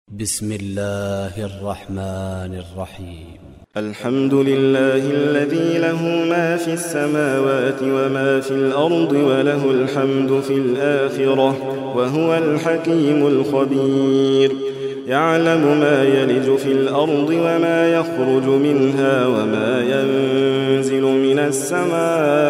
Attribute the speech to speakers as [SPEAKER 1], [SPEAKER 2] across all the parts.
[SPEAKER 1] بسم الله الرحمن الرحيم.
[SPEAKER 2] الحمد لله الذي له ما في السماوات وما في الأرض وله الحمد في الآخرة وهو الحكيم الخبير. يعلم ما يلج في الأرض وما يخرج منها وما ينزل من السماء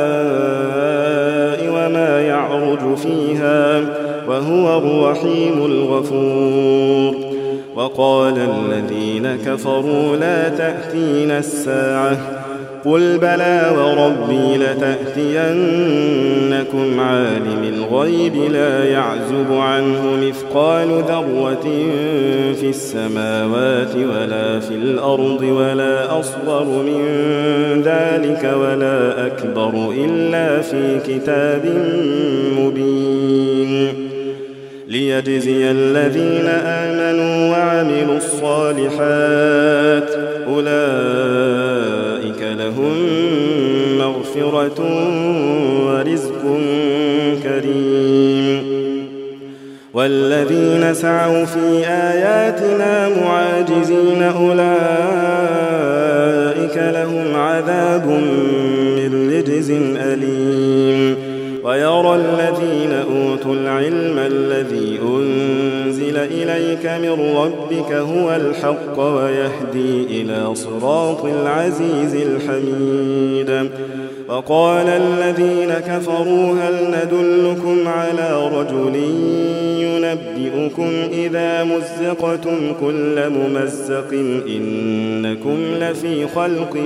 [SPEAKER 2] وما يعرج فيها وهو الرحيم الغفور. وقال الذين كفروا لا تأتينا الساعة قل بلى وربي لتأتينكم عالم الغيب لا يعزب عنه مثقال ذرة في السماوات ولا في الأرض ولا أصغر من ذلك ولا أكبر إلا في كتاب مبين ليجزي الذين آمنوا وعملوا الصالحات أولئك لهم مغفرة ورزق كريم. والذين سعوا في آياتنا معاجزين أولئك لهم عذاب من رجز أليم. ويرى الذين أوتوا العلم الذي أنزل إليك من ربك هو الحق ويهدي إلى صراط العزيز الحميد. وقال الذين كفروا هل ندلكم على رجل ينبئكم إذا مزقتم كل ممزق إنكم لفي خلق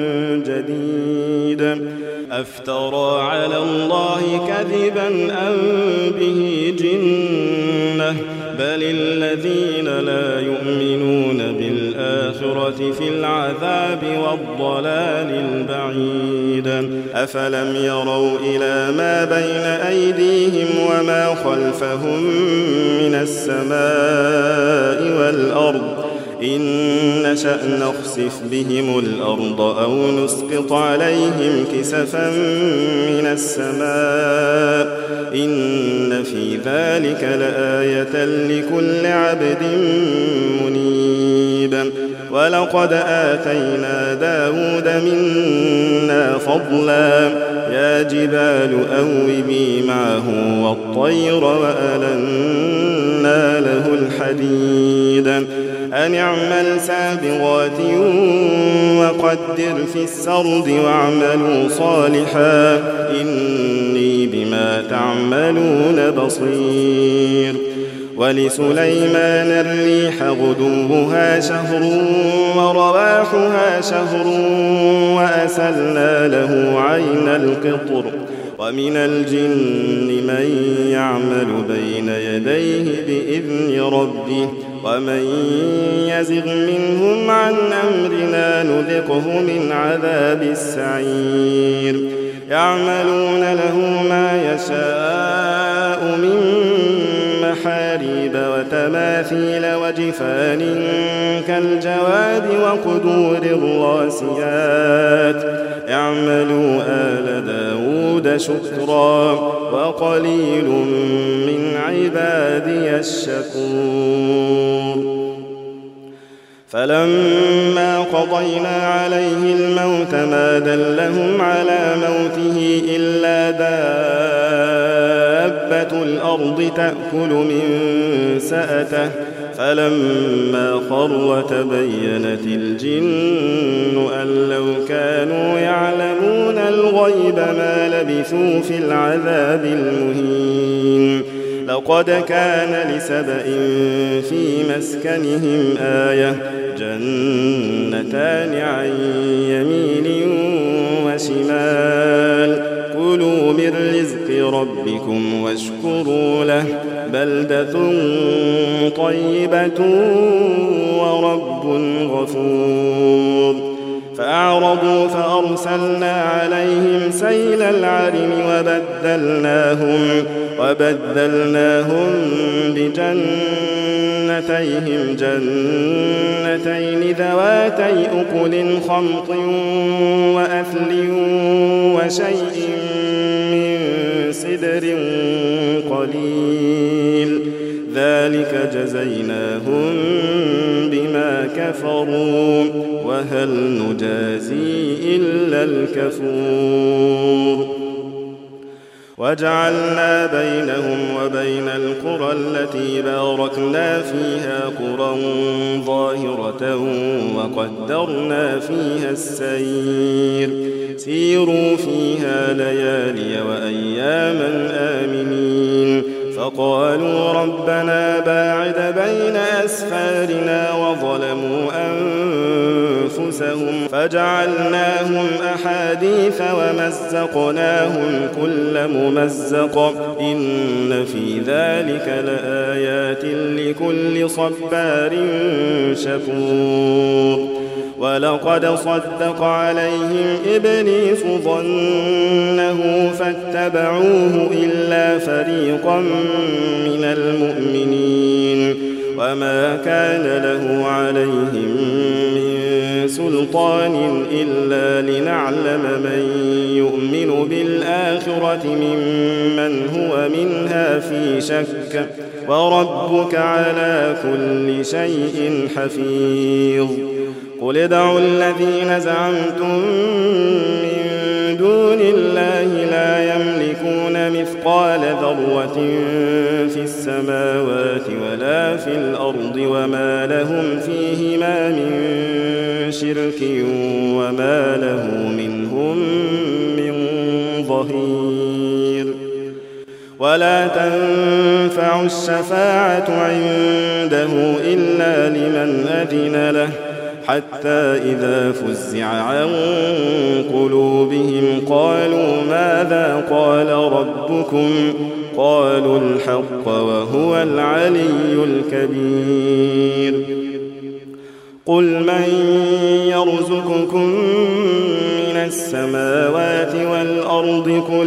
[SPEAKER 2] جديد أفترى على الله كذبا أم به جنة بل الذين لا يؤمنون بالآخرة في العذاب والضلال البعيد. أفلم يروا إلى ما بين أيديهم وما خلفهم من السماء والأرض إن نشأ نخسف بهم الأرض أو نسقط عليهم كسفا من السماء إن في ذلك لآية لكل عبد منيب. ولقد آتينا داود منا فضلا يا جبال أوبي معه والطير وألنا له الحديد أن اعمل سابغات وقدر في السرد واعملوا صالحا إني بما تعملون بصير. ولسليمان الريح غدوها شهر ورواحها شهر وأسلنا له عين القطر ومن الجن من يعمل بين يديه بإذن ربه ومن يزغ منهم عن أمرنا نذقه من عذاب السعير. يعملون له ما يشاء من محاريب وتماثيل وجفان كالجواب وقدور الراسيات اعملوا آل داود شكرا وقليل من عبادي الشكور. فلما قضينا عليه الموت ما دلهم على موته إلا دابة الأرض تأكل من سأته فلما خر تبينت الجن أن لو كانوا يعلمون الغيب ما لبثوا في العذاب المهين. لقد كان لسبإ في مسكنهم آية جنتان عن يمين وشمال كلوا من رزق ربكم واشكروا له بلدة طيبة ورب غفور. فأعرضوا فأرسلنا عليهم سيل العرم وبدلناهم بجنتيهم جنتين ذواتي أكل خمط وأثل وشيء من سدر قليل ذلك جزيناهم كفروا وهل نجازي إلا الكفور وجعلنا بينهم وبين القرى التي باركنا فيها قرى ظاهرة وقدرنا فيها السير سيروا فيها ليالي وأياما آمنين فقالوا ربنا باعد بين أسفارنا وظلموا أنفسهم فجعلناهم أحاديث ومزقناهم كل ممزق إن في ذلك لآيات لكل صبار شكور ولقد صدق عليهم إبليس ظنه فاتبعوه إلا فريقا من المؤمنين وما كان له عليهم من سلطان إلا لنعلم من يؤمن بالآخرة ممن هو منها في شك وربك على كل شيء حفيظ قل ادعوا الذين زعمتم من دون الله لا يملكون مثقال ذرة في السماوات ولا في الأرض وما لهم فيهما من شرك وما له منهم من ظهير ولا تنفع الشفاعة عنده إلا لمن أذن له حتى إذا فزع عن قلوبهم قالوا ماذا قال ربكم قالوا الحق وهو العلي الكبير قل من يرزقكم من السماوات والأرض قل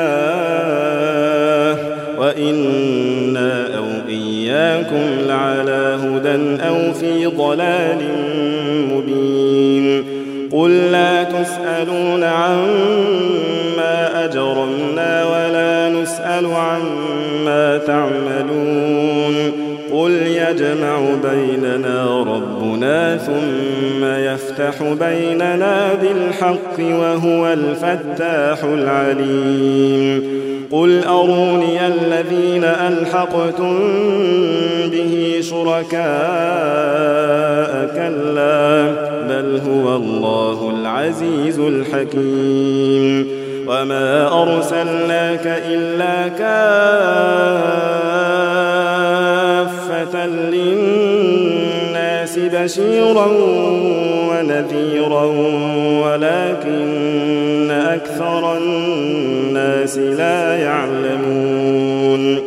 [SPEAKER 2] الله وإنا أو إياكم لعلى هدى أو في ضلال مبين قل لا تسألون عما أجرمنا ولا نسأل عما تعملون قل يجمع بيننا ربنا ثم يفتح بيننا بالحق وهو الفتاح العليم قل أروني الذين ألحقتم به شركاء كلا بل هو الله العزيز الحكيم وما أرسلناك إلا كافة للناس بشيرا ونذيرا ولكن أكثر الناس لا يعلمون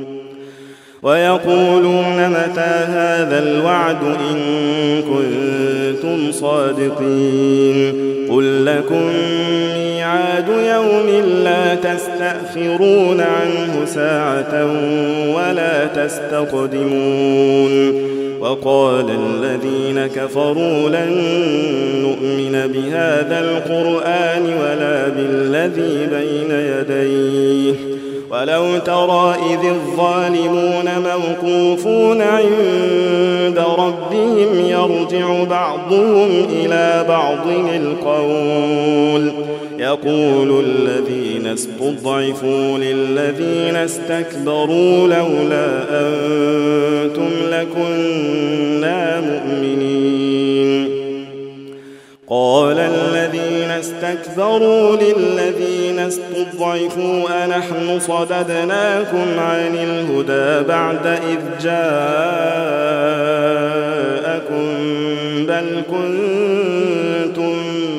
[SPEAKER 2] ويقولون متى هذا الوعد إن كنتم صادقين قل لكم ميعاد يوم لا تستأخرون عنه ساعة ولا تستقدمون وقال الذين كفروا لن نؤمن بهذا القرآن ولا بالذي بين يديه ولو ترى إذ الظالمون موقوفون عند ربهم يرجع بعضهم إلى بعض القول يقول الذين استضعفوا للذين استكبروا لولا أنتم لكنا مؤمنين قال الذين استكبروا للذين استضعفوا أنحن صددناكم عن الهدى بعد إذ جاءكم بل كنتم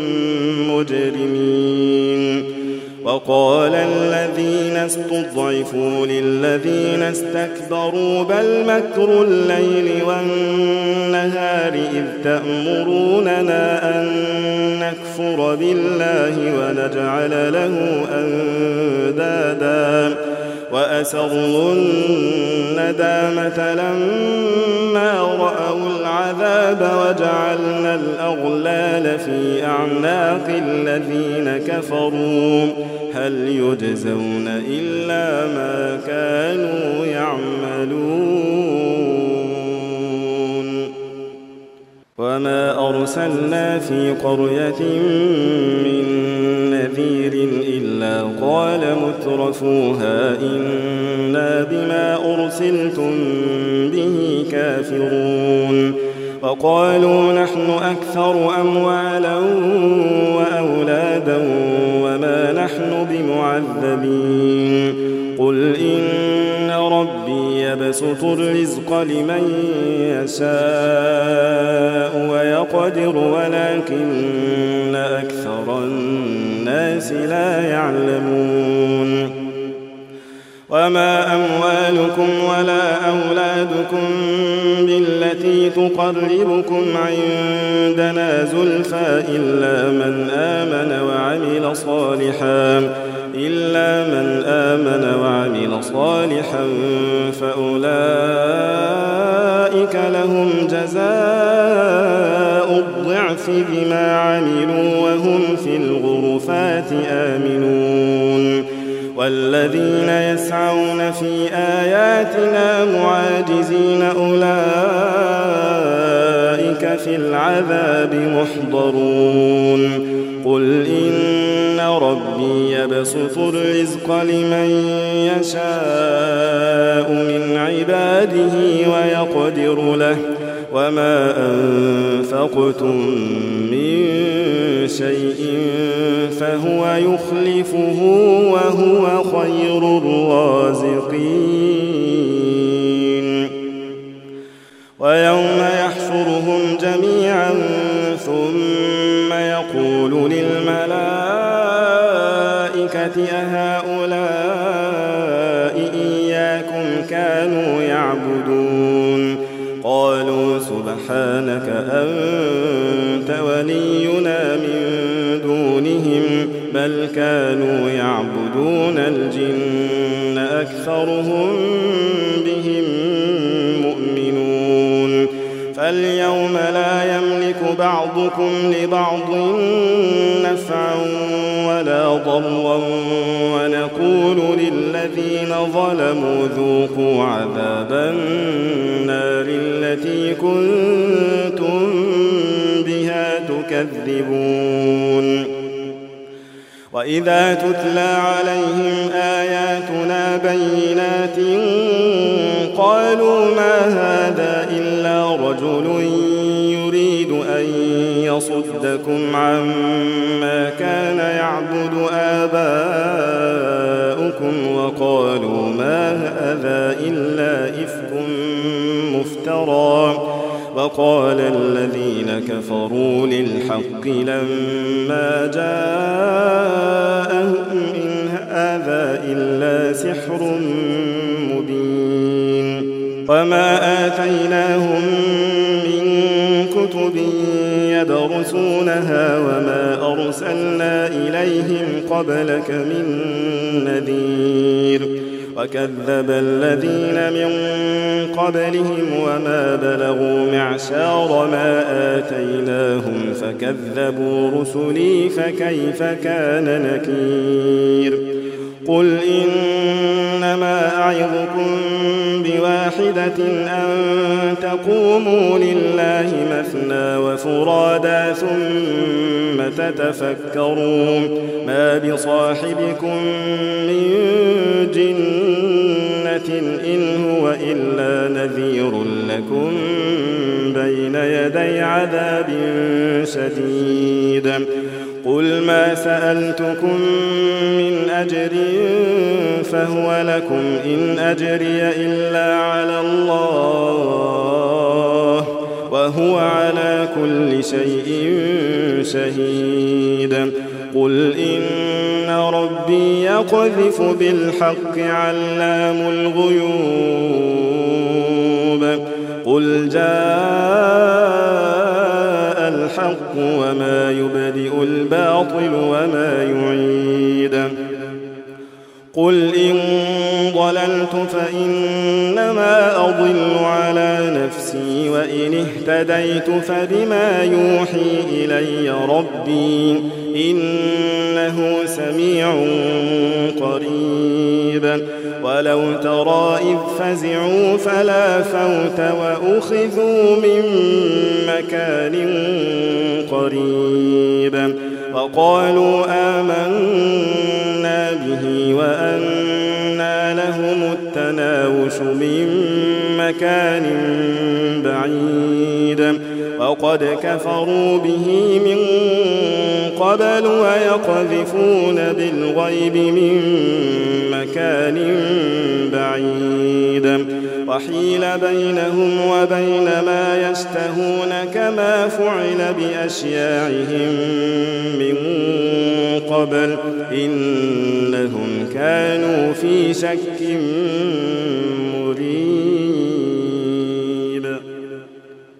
[SPEAKER 2] مجرمين وقال الذين استضعفوا للذين استكبروا بل مكر الليل والنهار إذ تأمروننا أن نكفر بالله ونجعل له أندادا وأسروا الندامة لما رأوا العذاب وجعلنا الأغلال في أعناق الذين كفروا هل يجزون إلا ما كانوا يعملون. وما أرسلنا في قرية من نذير إلا قال مترفوها إنا بما أرسلتم به كافرون وقالوا نحن أكثر أموالا وأولادا وما نحن بمعذبين قل إن ربي يبسط الرزق لمن يشاء ويقدر ولكن أكثر الناس لا يعلمون وما أموالكم ولا أولادكم بالتي تقربكم عندنا زلفى إلا من آمن وعمل صالحا فأولئك لهم جزاء الضعف بما عملوا وهم في الغرفات آمنون والذين يسعون في آياتنا معاجزين أولئك في العذاب محضرون قل إن ربي يبسط الرزق لمن يشاء من عباده ويقدر له وما أنفقتم من شيء فهو يخلفه وهو خير الرازقين ويوم يحشرهم جميعا ثم يقول للملائكة أهؤلاء إياكم كانوا يعبدون قالوا سبحانك أنت ولينا من دونهم بل كانوا يعبدون الجن أكثرهم بهم مؤمنون فاليوم لا يملك بعضكم لبعض نفعا ولا ضرا ونقول للذين ظلموا ذوقوا عذاب النار التي كنتم بها تكذبون وإذا تتلى عليهم آياتنا بينات قالوا ما هذا إلا رجل يريد أن يصدكم عما كان يعبد آباؤكم وقالوا ما هذا إلا إفك مفترى وقال الذين كفروا للحق لما جاءهم إن هذا إلا سحر مبين وما آتيناهم من كتب يدرسونها وما أرسلنا إليهم قبلك من نذير وكذب الذين من قبلهم وما بلغوا معشار ما آتيناهم فكذبوا رسلي فكيف كان نكير قل إنما أعظكم بواحدة أن تقوموا لله مثنى وفرادا ثم تتفكروا ما بصاحبكم من جنة إن هو إلا نذير لكم بين يدي عذاب شديد قل ما سألتكم من أجر فهو لكم إن أجري إلا على الله وهو على كل شيء شهيد قل إن ربي يقذف بالحق علام الغيوب قل جاء الحق وما يبدئ الباطل وما يعيد قل إن ضللت فإنما أضل على نفسي وإن اهتديت فبما يوحي إلي ربي إنه سميع قريب ولو ترى إذ فزعوا فلا فوت وأخذوا من مكان قريب وقالوا آمنا به وأنى لهم التناوش من مكان بعيد وقد كفروا به من قبل ويقذفون بالغيب من مكان بعيد وحيل بينهم وبين ما يشتهون كما فعل بأشياعهم من قبل إنهم كانوا في شك